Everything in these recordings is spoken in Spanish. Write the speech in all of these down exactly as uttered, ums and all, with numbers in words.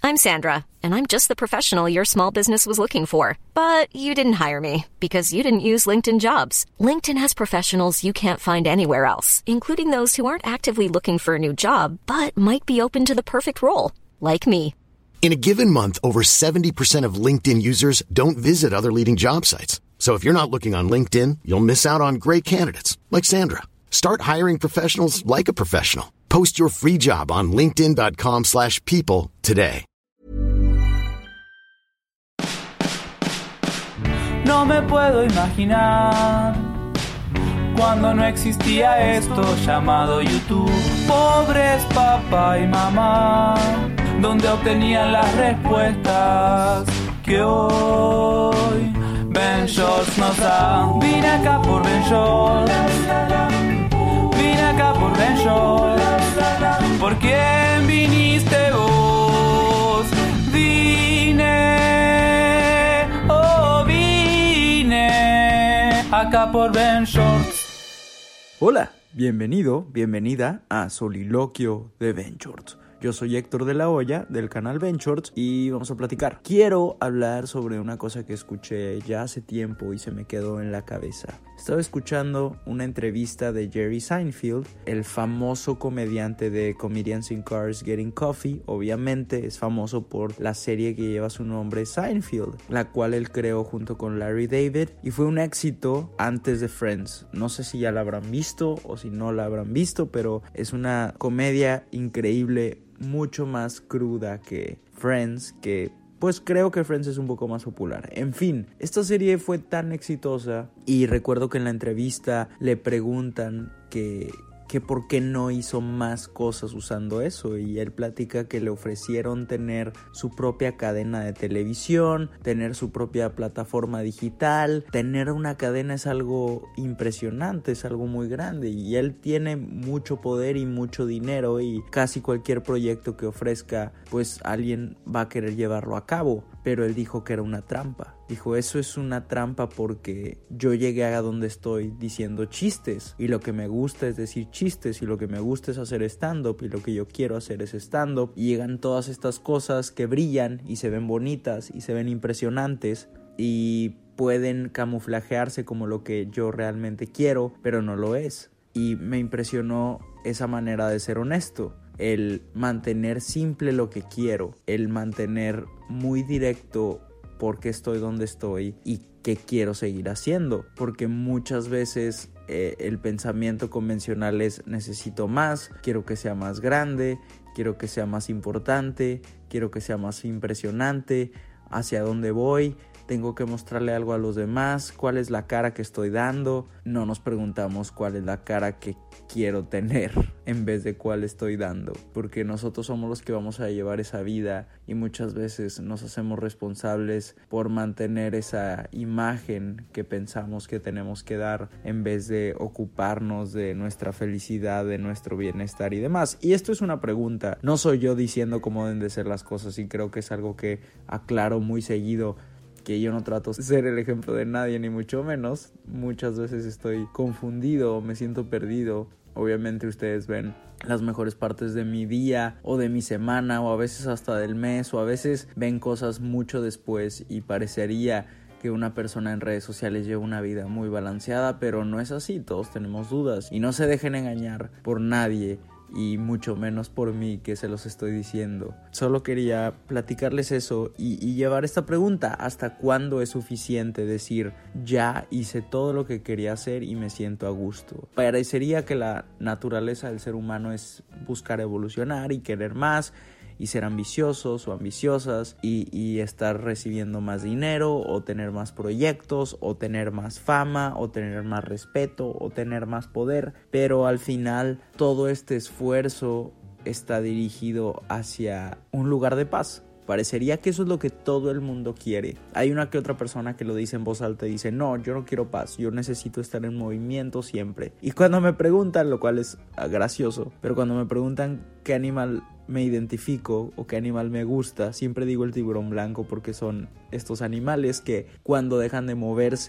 I'm Sandra, and I'm just the professional your small business was looking for. But you didn't hire me because you didn't use LinkedIn Jobs. LinkedIn has professionals you can't find anywhere else, including those who aren't actively looking for a new job, but might be open to the perfect role, like me. In a given month, over seventy percent of LinkedIn users don't visit other leading job sites. So if you're not looking on LinkedIn, you'll miss out on great candidates like Sandra. Start hiring professionals like a professional. Post your free job on linkedin.com slash people today. No me puedo imaginar cuando no existía esto llamado YouTube. Pobres papá y mamá, donde obtenían las respuestas que hoy Ben Shorts nos da. Vine acá por Ben Shorts, vine acá por Ben Shorts. ¿Por quién viniste vos? Vine, oh vine acá por Ben Shorts. Hola, bienvenido, bienvenida a Soliloquio de Ben Shorts. Yo soy Héctor de la Hoya del canal Ben Shorts y vamos a platicar. Quiero hablar sobre una cosa que escuché ya hace tiempo y se me quedó en la cabeza. Estaba escuchando una entrevista de Jerry Seinfeld, el famoso comediante de Comedians in Cars Getting Coffee. Obviamente es famoso por la serie que lleva su nombre, Seinfeld, la cual él creó junto con Larry David y fue un éxito antes de Friends. No sé si ya la habrán visto o si no la habrán visto, pero es una comedia increíble, mucho más cruda que Friends, que pues creo que Friends es un poco más popular. En fin, esta serie fue tan exitosa y recuerdo que en la entrevista le preguntan que, que por qué no hizo más cosas usando eso, y él platica que le ofrecieron tener su propia cadena de televisión, tener su propia plataforma digital. Tener una cadena es algo impresionante, es algo muy grande, y él tiene mucho poder y mucho dinero, y casi cualquier proyecto que ofrezca pues alguien va a querer llevarlo a cabo. Pero él dijo que era una trampa. Dijo, eso es una trampa porque yo llegué a donde estoy diciendo chistes, y lo que me gusta es decir chistes, y lo que me gusta es hacer stand-up, y lo que yo quiero hacer es stand-up, y llegan todas estas cosas que brillan y se ven bonitas y se ven impresionantes y pueden camuflajearse como lo que yo realmente quiero, pero no lo es. Y me impresionó esa manera de ser honesto, el mantener simple lo que quiero, el mantener muy directo por qué estoy donde estoy y qué quiero seguir haciendo, porque muchas veces eh, el pensamiento convencional es necesito más, quiero que sea más grande, quiero que sea más importante, quiero que sea más impresionante, hacia dónde voy, tengo que mostrarle algo a los demás, cuál es la cara que estoy dando. No nos preguntamos cuál es la cara que quiero tener en vez de cuál estoy dando, porque nosotros somos los que vamos a llevar esa vida, y muchas veces nos hacemos responsables por mantener esa imagen que pensamos que tenemos que dar, en vez de ocuparnos de nuestra felicidad, de nuestro bienestar y demás. Y esto es una pregunta, no soy yo diciendo cómo deben de ser las cosas, y creo que es algo que aclaro muy seguido, que yo no trato de ser el ejemplo de nadie, ni mucho menos. Muchas veces estoy confundido, me siento perdido. Obviamente ustedes ven las mejores partes de mi día o de mi semana, o a veces hasta del mes, o a veces ven cosas mucho después y parecería que una persona en redes sociales lleva una vida muy balanceada, pero no es así. Todos tenemos dudas, y no se dejen engañar por nadie, y mucho menos por mí, que se los estoy diciendo. Solo quería platicarles eso y, y llevar esta pregunta: ¿hasta cuándo es suficiente decir ya hice todo lo que quería hacer y me siento a gusto? Parecería que la naturaleza del ser humano es buscar evolucionar y querer más, y ser ambiciosos o ambiciosas, y, y estar recibiendo más dinero, o tener más proyectos, o tener más fama, o tener más respeto, o tener más poder. Pero al final todo este esfuerzo está dirigido hacia un lugar de paz. Parecería que eso es lo que todo el mundo quiere. Hay una que otra persona que lo dice en voz alta y dice, no, yo no quiero paz, yo necesito estar en movimiento siempre. Y cuando me preguntan, lo cual es gracioso, pero cuando me preguntan qué animal me identifico o qué animal me gusta, siempre digo el tiburón blanco, porque son estos animales que cuando dejan de moverse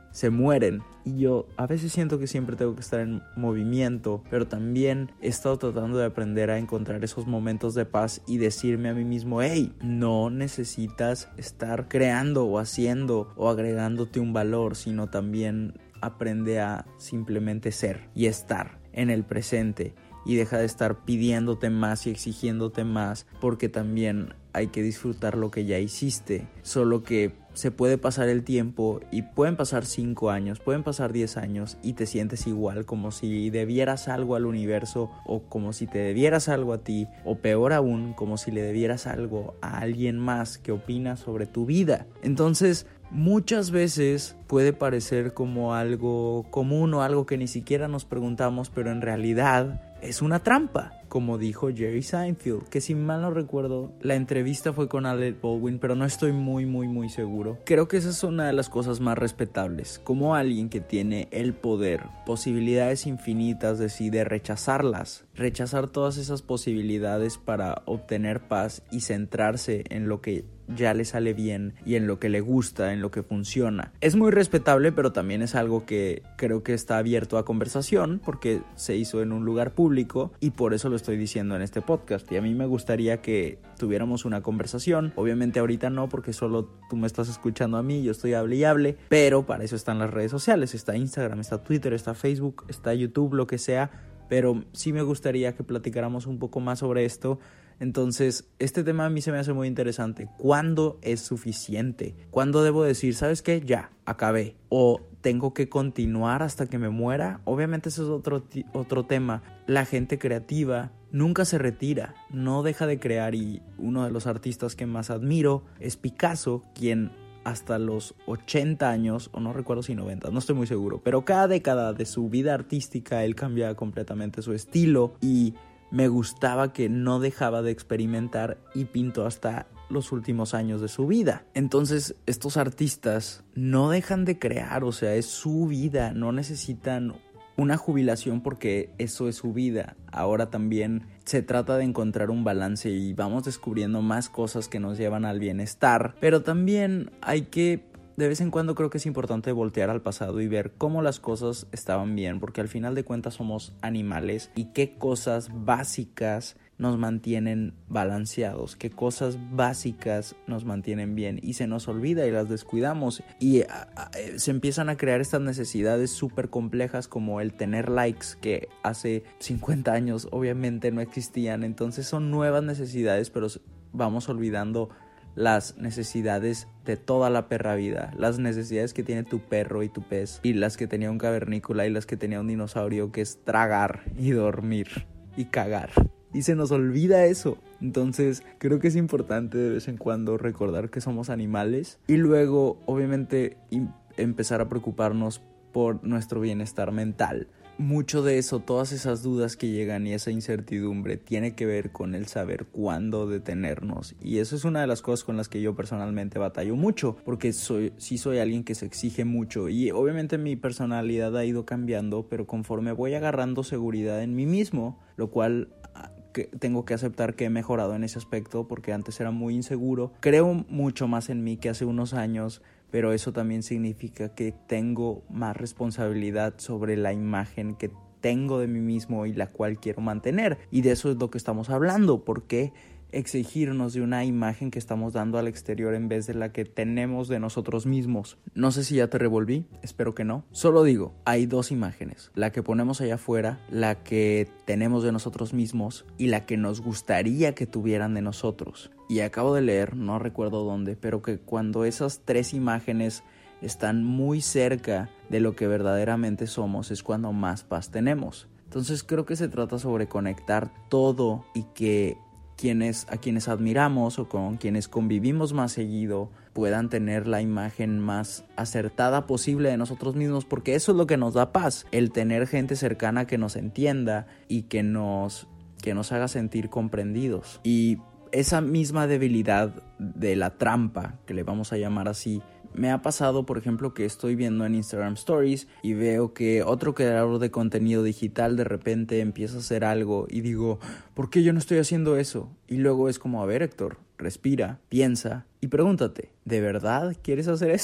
se mueren. Y yo a veces siento que siempre tengo que estar en movimiento, pero también he estado tratando de aprender a encontrar esos momentos de paz y decirme a mí mismo, hey, no necesitas estar creando o haciendo o agregándote un valor, sino también aprende a simplemente ser y estar en el presente. Y deja de estar pidiéndote más y exigiéndote más, porque también hay que disfrutar lo que ya hiciste. Solo que se puede pasar el tiempo y pueden pasar cinco años, pueden pasar diez años y te sientes igual, como si debieras algo al universo o como si te debieras algo a ti, o peor aún, como si le debieras algo a alguien más que opina sobre tu vida. Entonces, muchas veces puede parecer como algo común o algo que ni siquiera nos preguntamos, pero en realidad es una trampa, como dijo Jerry Seinfeld, que si mal no recuerdo, la entrevista fue con Alec Baldwin, pero no estoy muy muy muy seguro. Creo que esa es una de las cosas más respetables, como alguien que tiene el poder, posibilidades infinitas, decide rechazarlas, rechazar todas esas posibilidades para obtener paz y centrarse en lo que ya le sale bien y en lo que le gusta, en lo que funciona. Es muy respetable, pero también es algo que creo que está abierto a conversación porque se hizo en un lugar público y por eso lo estoy diciendo en este podcast. Y a mí me gustaría que tuviéramos una conversación. Obviamente ahorita no, porque solo tú me estás escuchando a mí, yo estoy hable y hable, pero para eso están las redes sociales. Está Instagram, está Twitter, está Facebook, está YouTube, lo que sea. Pero sí me gustaría que platicáramos un poco más sobre esto. Entonces, este tema a mí se me hace muy interesante. ¿Cuándo es suficiente? ¿Cuándo debo decir, sabes qué? Ya, acabé. ¿O tengo que continuar hasta que me muera? Obviamente ese es otro, otro tema. La gente creativa nunca se retira, no deja de crear. Y uno de los artistas que más admiro es Picasso, quien hasta los ochenta años, o no recuerdo si noventa, no estoy muy seguro, pero cada década de su vida artística él cambiaba completamente su estilo y me gustaba que no dejaba de experimentar y pintó hasta los últimos años de su vida. Entonces estos artistas no dejan de crear, o sea, es su vida, no necesitan una jubilación porque eso es su vida. Ahora también se trata de encontrar un balance y vamos descubriendo más cosas que nos llevan al bienestar, pero también hay que, de vez en cuando creo que es importante voltear al pasado y ver cómo las cosas estaban bien, porque al final de cuentas somos animales y qué cosas básicas nos mantienen balanceados, qué cosas básicas nos mantienen bien y se nos olvida y las descuidamos y a, a, se empiezan a crear estas necesidades súper complejas como el tener likes que hace cincuenta años obviamente no existían. Entonces son nuevas necesidades, pero vamos olvidando las necesidades de toda la perra vida, las necesidades que tiene tu perro y tu pez y las que tenía un cavernícola y las que tenía un dinosaurio, que es tragar y dormir y cagar. Y se nos olvida eso. Entonces creo que es importante de vez en cuando recordar que somos animales y luego obviamente im- empezar a preocuparnos por nuestro bienestar mental. Mucho de eso, todas esas dudas que llegan y esa incertidumbre tiene que ver con el saber cuándo detenernos. Y eso es una de las cosas con las que yo personalmente batallo mucho, porque soy, sí soy alguien que se exige mucho y obviamente mi personalidad ha ido cambiando, pero conforme voy agarrando seguridad en mí mismo, lo cual que tengo que aceptar que he mejorado en ese aspecto porque antes era muy inseguro. Creo mucho más en mí que hace unos años, pero eso también significa que tengo más responsabilidad sobre la imagen que tengo de mí mismo y la cual quiero mantener. Y de eso es lo que estamos hablando. ¿Por qué exigirnos de una imagen que estamos dando al exterior en vez de la que tenemos de nosotros mismos? No sé si ya te revolví, espero que no. Solo digo, hay dos imágenes, la que ponemos allá afuera, la que tenemos de nosotros mismos y la que nos gustaría que tuvieran de nosotros. Y acabo de leer, no recuerdo dónde, pero que cuando esas tres imágenes están muy cerca de lo que verdaderamente somos es cuando más paz tenemos. Entonces creo que se trata sobre conectar todo y que quienes, a quienes admiramos o con quienes convivimos más seguido puedan tener la imagen más acertada posible de nosotros mismos, porque eso es lo que nos da paz, el tener gente cercana que nos entienda y que nos, que nos haga sentir comprendidos. Y esa misma debilidad de la trampa, que le vamos a llamar así, me ha pasado, por ejemplo, que estoy viendo en Instagram Stories y veo que otro creador de contenido digital de repente empieza a hacer algo y digo, ¿por qué yo no estoy haciendo eso? Y luego es como, a ver, Héctor, respira, piensa y pregúntate, ¿de verdad quieres hacer eso?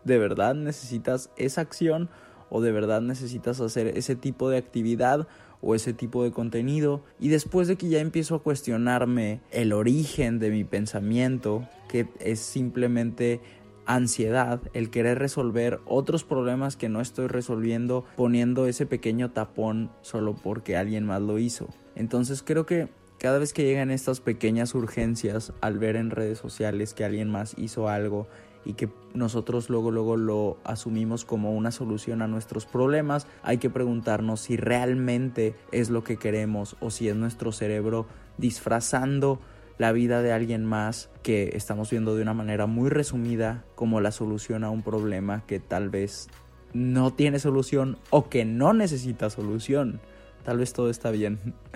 ¿De verdad necesitas esa acción? ¿O de verdad necesitas hacer ese tipo de actividad o ese tipo de contenido? Y después de que ya empiezo a cuestionarme el origen de mi pensamiento, que es simplemente ansiedad, el querer resolver otros problemas que no estoy resolviendo, poniendo ese pequeño tapón solo porque alguien más lo hizo. Entonces creo que cada vez que llegan estas pequeñas urgencias al ver en redes sociales que alguien más hizo algo y que nosotros luego luego lo asumimos como una solución a nuestros problemas, hay que preguntarnos si realmente es lo que queremos o si es nuestro cerebro disfrazando la vida de alguien más que estamos viendo de una manera muy resumida como la solución a un problema que tal vez no tiene solución o que no necesita solución. Tal vez todo está bien.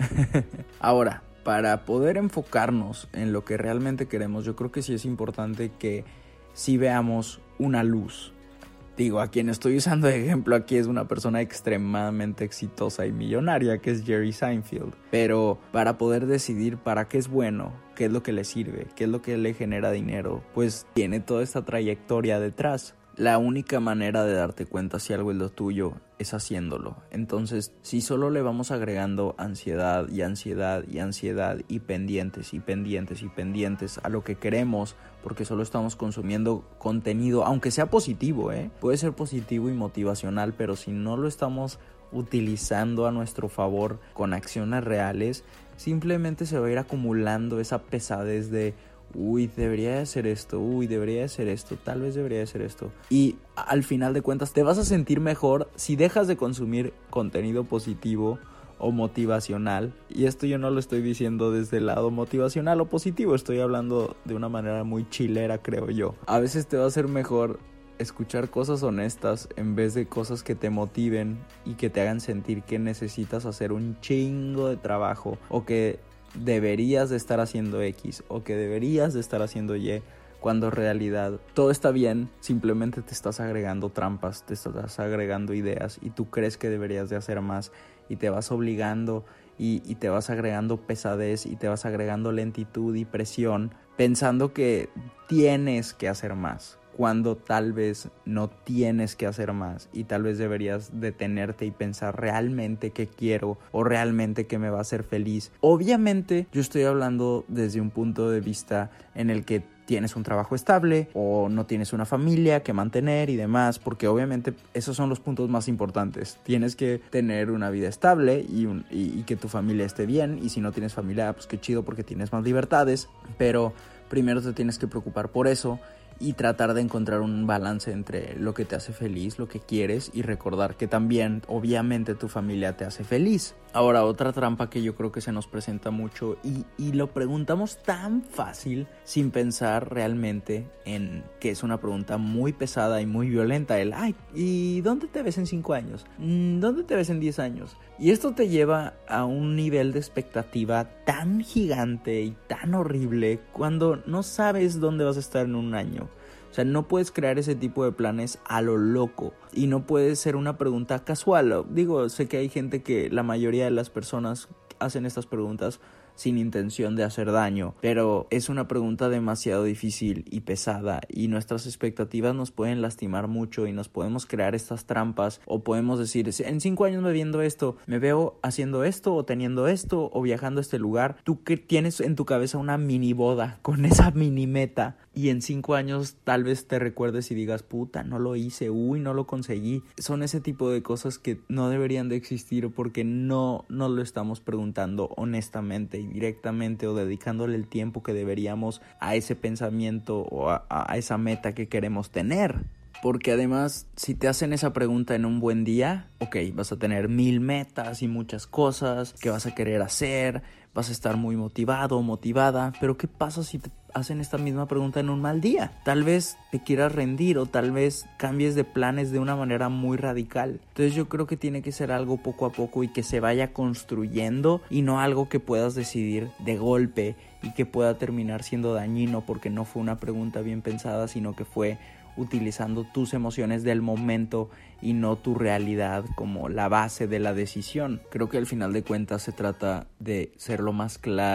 Ahora, para poder enfocarnos en lo que realmente queremos, yo creo que sí es importante que sí veamos una luz. Digo, a quien estoy usando de ejemplo aquí es una persona extremadamente exitosa y millonaria, que es Jerry Seinfeld. Pero para poder decidir para qué es bueno, qué es lo que le sirve, qué es lo que le genera dinero, pues tiene toda esta trayectoria detrás. La única manera de darte cuenta si algo es lo tuyo es haciéndolo. Entonces, si solo le vamos agregando ansiedad y ansiedad y ansiedad y pendientes y pendientes y pendientes a lo que queremos, porque solo estamos consumiendo contenido, aunque sea positivo, ¿eh? Puede ser positivo y motivacional, pero si no lo estamos utilizando a nuestro favor con acciones reales, simplemente se va a ir acumulando esa pesadez de uy, debería de hacer esto, uy, debería de hacer esto, tal vez debería de hacer esto. Y al final de cuentas te vas a sentir mejor si dejas de consumir contenido positivo o motivacional. Y esto yo no lo estoy diciendo desde el lado motivacional o positivo, estoy hablando de una manera muy chilera, creo yo. A veces te va a ser mejor escuchar cosas honestas en vez de cosas que te motiven y que te hagan sentir que necesitas hacer un chingo de trabajo o que deberías de estar haciendo X o que deberías de estar haciendo Y, cuando en realidad todo está bien, simplemente te estás agregando trampas, te estás agregando ideas y tú crees que deberías de hacer más y te vas obligando y, y te vas agregando pesadez y te vas agregando lentitud y presión pensando que tienes que hacer más, cuando tal vez no tienes que hacer más y tal vez deberías detenerte y pensar realmente qué quiero o realmente qué me va a hacer feliz. Obviamente yo estoy hablando desde un punto de vista en el que tienes un trabajo estable o no tienes una familia que mantener y demás, porque obviamente esos son los puntos más importantes. Tienes que tener una vida estable y, un, y, y que tu familia esté bien, y si no tienes familia, pues qué chido porque tienes más libertades, pero primero te tienes que preocupar por eso y tratar de encontrar un balance entre lo que te hace feliz, lo que quieres, y recordar que también obviamente tu familia te hace feliz. Ahora, otra trampa que yo creo que se nos presenta mucho y, y lo preguntamos tan fácil sin pensar realmente en que es una pregunta muy pesada y muy violenta, el ay, ¿y dónde te ves en cinco años? ¿Dónde te ves en diez años? Y esto te lleva a un nivel de expectativa tan gigante y tan horrible cuando no sabes dónde vas a estar en un año. O sea, no puedes crear ese tipo de planes a lo loco y no puede ser una pregunta casual. Digo, sé que hay gente que la mayoría de las personas hacen estas preguntas sin intención de hacer daño, pero es una pregunta demasiado difícil y pesada y nuestras expectativas nos pueden lastimar mucho y nos podemos crear estas trampas o podemos decir, en cinco años me viendo esto, me veo haciendo esto o teniendo esto o viajando a este lugar. Tú que tienes en tu cabeza una mini boda con esa mini meta y en cinco años tal vez te recuerdes y digas, puta, no lo hice, uy, no lo conseguí. Son ese tipo de cosas que no deberían de existir porque no, no lo estamos preguntando honestamente y directamente o dedicándole el tiempo que deberíamos a ese pensamiento o a, a esa meta que queremos tener. Porque además, si te hacen esa pregunta en un buen día, ok, vas a tener mil metas y muchas cosas que vas a querer hacer, vas a estar muy motivado o motivada, pero ¿qué pasa si te hacen esta misma pregunta en un mal día? Tal vez te quieras rendir o tal vez cambies de planes de una manera muy radical. Entonces yo creo que tiene que ser algo poco a poco y que se vaya construyendo y no algo que puedas decidir de golpe y que pueda terminar siendo dañino porque no fue una pregunta bien pensada, sino que fue utilizando tus emociones del momento y no tu realidad como la base de la decisión. Creo que al final de cuentas se trata de ser lo más claro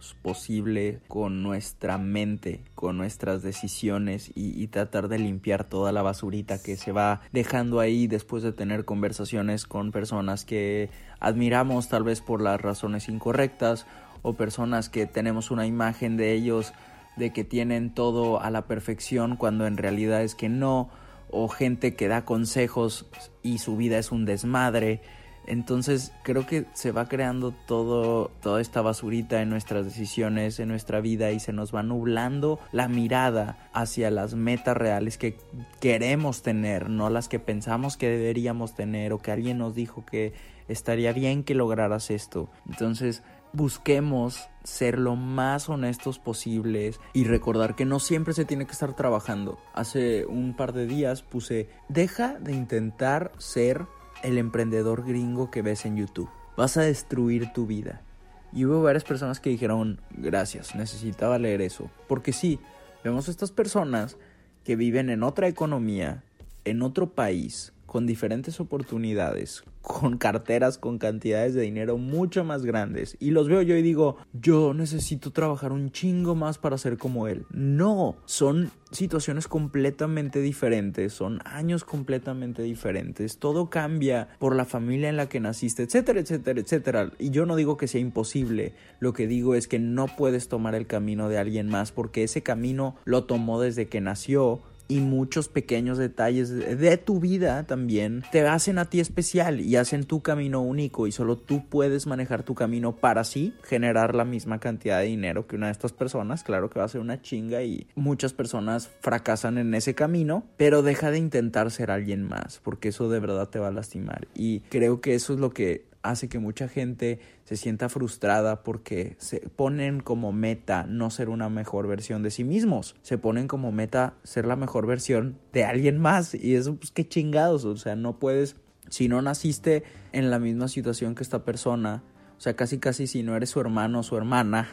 posible con nuestra mente, con nuestras decisiones y, y tratar de limpiar toda la basurita que se va dejando ahí después de tener conversaciones con personas que admiramos tal vez por las razones incorrectas, o personas que tenemos una imagen de ellos de que tienen todo a la perfección cuando en realidad es que no, o gente que da consejos y su vida es un desmadre. Entonces creo que se va creando todo, toda esta basurita en nuestras decisiones, en nuestra vida, y se nos va nublando la mirada hacia las metas reales que queremos tener, no las que pensamos que deberíamos tener o que alguien nos dijo que estaría bien que lograras esto. Entonces busquemos ser lo más honestos posibles y recordar que no siempre se tiene que estar trabajando. Hace un par de días puse: deja de intentar ser el emprendedor gringo que ves en YouTube. Vas a destruir tu vida. Y hubo varias personas que dijeron: gracias, necesitaba leer eso. Porque sí, vemos a estas personas que viven en otra economía, en otro país, con diferentes oportunidades, con carteras, con cantidades de dinero mucho más grandes, y los veo yo y digo: yo necesito trabajar un chingo más para ser como él. No, son situaciones completamente diferentes, son años completamente diferentes, todo cambia por la familia en la que naciste, etcétera, etcétera, etcétera. Y yo no digo que sea imposible, lo que digo es que no puedes tomar el camino de alguien más, porque ese camino lo tomó desde que nació. Y muchos pequeños detalles de tu vida también te hacen a ti especial y hacen tu camino único, y solo tú puedes manejar tu camino para así generar la misma cantidad de dinero que una de estas personas. Claro que va a ser una chinga y muchas personas fracasan en ese camino, pero deja de intentar ser alguien más, porque eso de verdad te va a lastimar. Y creo que eso es lo que hace que mucha gente se sienta frustrada, porque se ponen como meta no ser una mejor versión de sí mismos, se ponen como meta ser la mejor versión de alguien más, y eso pues qué chingados. O sea, no puedes, si no naciste en la misma situación que esta persona, o sea, casi casi si no eres su hermano o su hermana,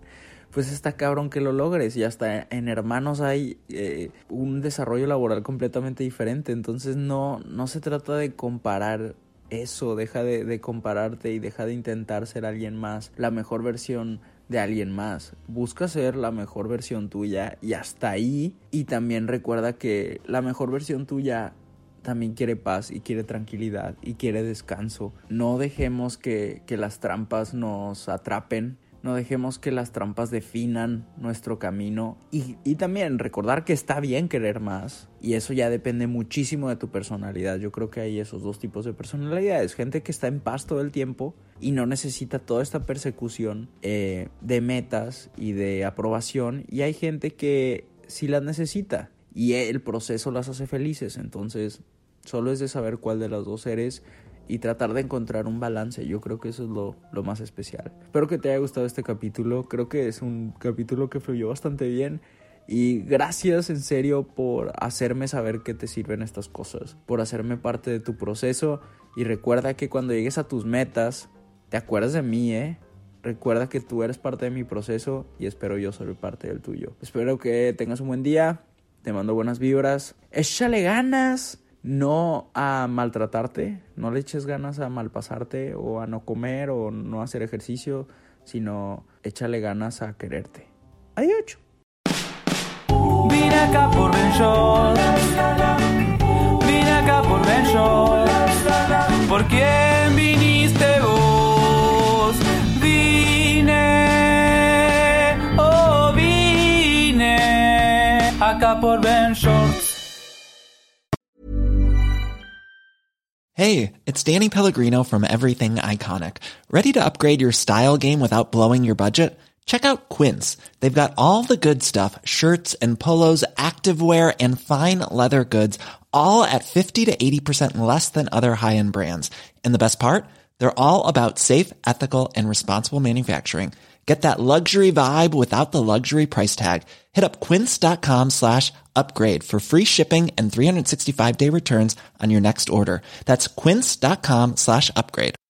pues está cabrón que lo logres. Y hasta en hermanos hay eh, un desarrollo laboral completamente diferente. Entonces no, no se trata de comparar eso, deja de, de compararte y deja de intentar ser alguien más, la mejor versión de alguien más. Busca ser la mejor versión tuya y hasta ahí. Y también recuerda que la mejor versión tuya también quiere paz y quiere tranquilidad y quiere descanso. No dejemos que, que las trampas nos atrapen. No dejemos que las trampas definan nuestro camino. Y, y también recordar que está bien querer más. Y eso ya depende muchísimo de tu personalidad. Yo creo que hay esos dos tipos de personalidades. Gente que está en paz todo el tiempo y no necesita toda esta persecución eh, de metas y de aprobación. Y hay gente que sí las necesita y el proceso las hace felices. Entonces solo es de saber cuál de las dos eres y tratar de encontrar un balance. Yo creo que eso es lo, lo más especial. Espero que te haya gustado este capítulo. Creo que es un capítulo que fluyó bastante bien. Y gracias en serio por hacerme saber que te sirven estas cosas, por hacerme parte de tu proceso. Y recuerda que cuando llegues a tus metas, te acuerdas de mí, ¿eh? Recuerda que tú eres parte de mi proceso y espero yo ser parte del tuyo. Espero que tengas un buen día. Te mando buenas vibras. Échale ganas. No a maltratarte, no le eches ganas a malpasarte o a no comer o no hacer ejercicio, sino échale ganas a quererte. Adiós. Vine acá por Ben Shorts. Vine acá por Ben Shorts. ¿Por quién viniste vos? Vine, oh vine acá por Ben Shorts. Hey, it's Danny Pellegrino from Everything Iconic. Ready to upgrade your style game without blowing your budget? Check out Quince. They've got all the good stuff, shirts and polos, activewear, and fine leather goods, all at fifty to eighty percent less than other high-end brands. And the best part? They're all about safe, ethical, and responsible manufacturing. Get that luxury vibe without the luxury price tag. Hit up quince.com slash upgrade for free shipping and three sixty-five day returns on your next order. That's quince.com slash upgrade.